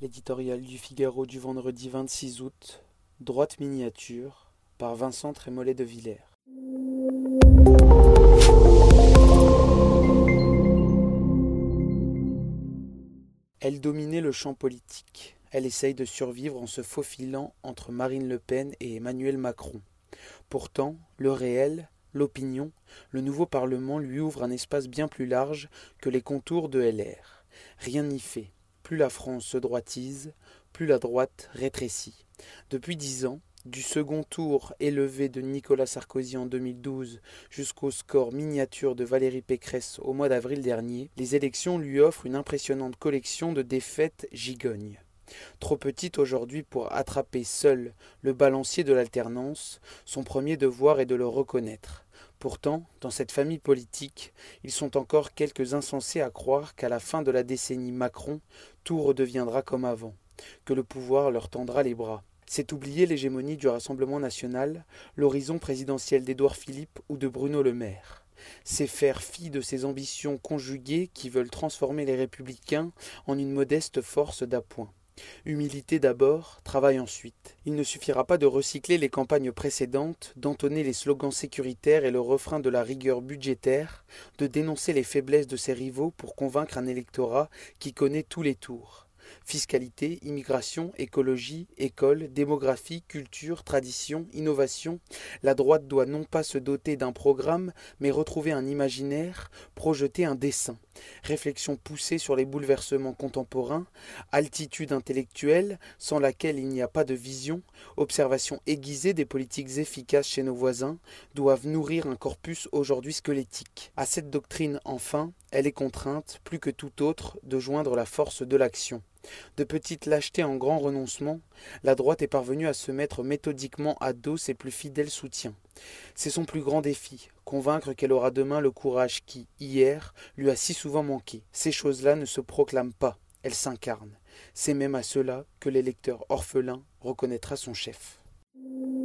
L'éditorial du Figaro du vendredi 26 août, Droite miniature, par Vincent Trémollet de Villers. Elle dominait le champ politique. Elle essaye de survivre en se faufilant entre Marine Le Pen et Emmanuel Macron. Pourtant, le réel, l'opinion, le nouveau Parlement lui ouvre un espace bien plus large que les contours de LR. Rien n'y fait. Plus la France se droitise, plus la droite rétrécit. Depuis 10 ans, du second tour élevé de Nicolas Sarkozy en 2012 jusqu'au score miniature de Valérie Pécresse au mois d'avril dernier, les élections lui offrent une impressionnante collection de défaites gigognes. Trop petite aujourd'hui pour attraper seul le balancier de l'alternance, son premier devoir est de le reconnaître. Pourtant, dans cette famille politique, ils sont encore quelques insensés à croire qu'à la fin de la décennie Macron, tout redeviendra comme avant, que le pouvoir leur tendra les bras. C'est oublier l'hégémonie du Rassemblement national, l'horizon présidentiel d'Édouard Philippe ou de Bruno Le Maire. C'est faire fi de ces ambitions conjuguées qui veulent transformer les Républicains en une modeste force d'appoint. Humilité d'abord, travail ensuite. Il ne suffira pas de recycler les campagnes précédentes, d'entonner les slogans sécuritaires et le refrain de la rigueur budgétaire, de dénoncer les faiblesses de ses rivaux pour convaincre un électorat qui connaît tous les tours. Fiscalité, immigration, écologie, école, démographie, culture, tradition, innovation, la droite doit non pas se doter d'un programme, mais retrouver un imaginaire, projeter un dessein. Réflexion poussée sur les bouleversements contemporains, altitude intellectuelle, sans laquelle il n'y a pas de vision, observation aiguisée des politiques efficaces chez nos voisins, doivent nourrir un corpus aujourd'hui squelettique. À cette doctrine, enfin, elle est contrainte, plus que tout autre, de joindre la force de l'action. De petite lâcheté en grand renoncement, la droite est parvenue à se mettre méthodiquement à dos ses plus fidèles soutiens. C'est son plus grand défi, convaincre qu'elle aura demain le courage qui, hier, lui a si souvent manqué. Ces choses-là ne se proclament pas, elles s'incarnent. C'est même à cela que l'électeur orphelin reconnaîtra son chef.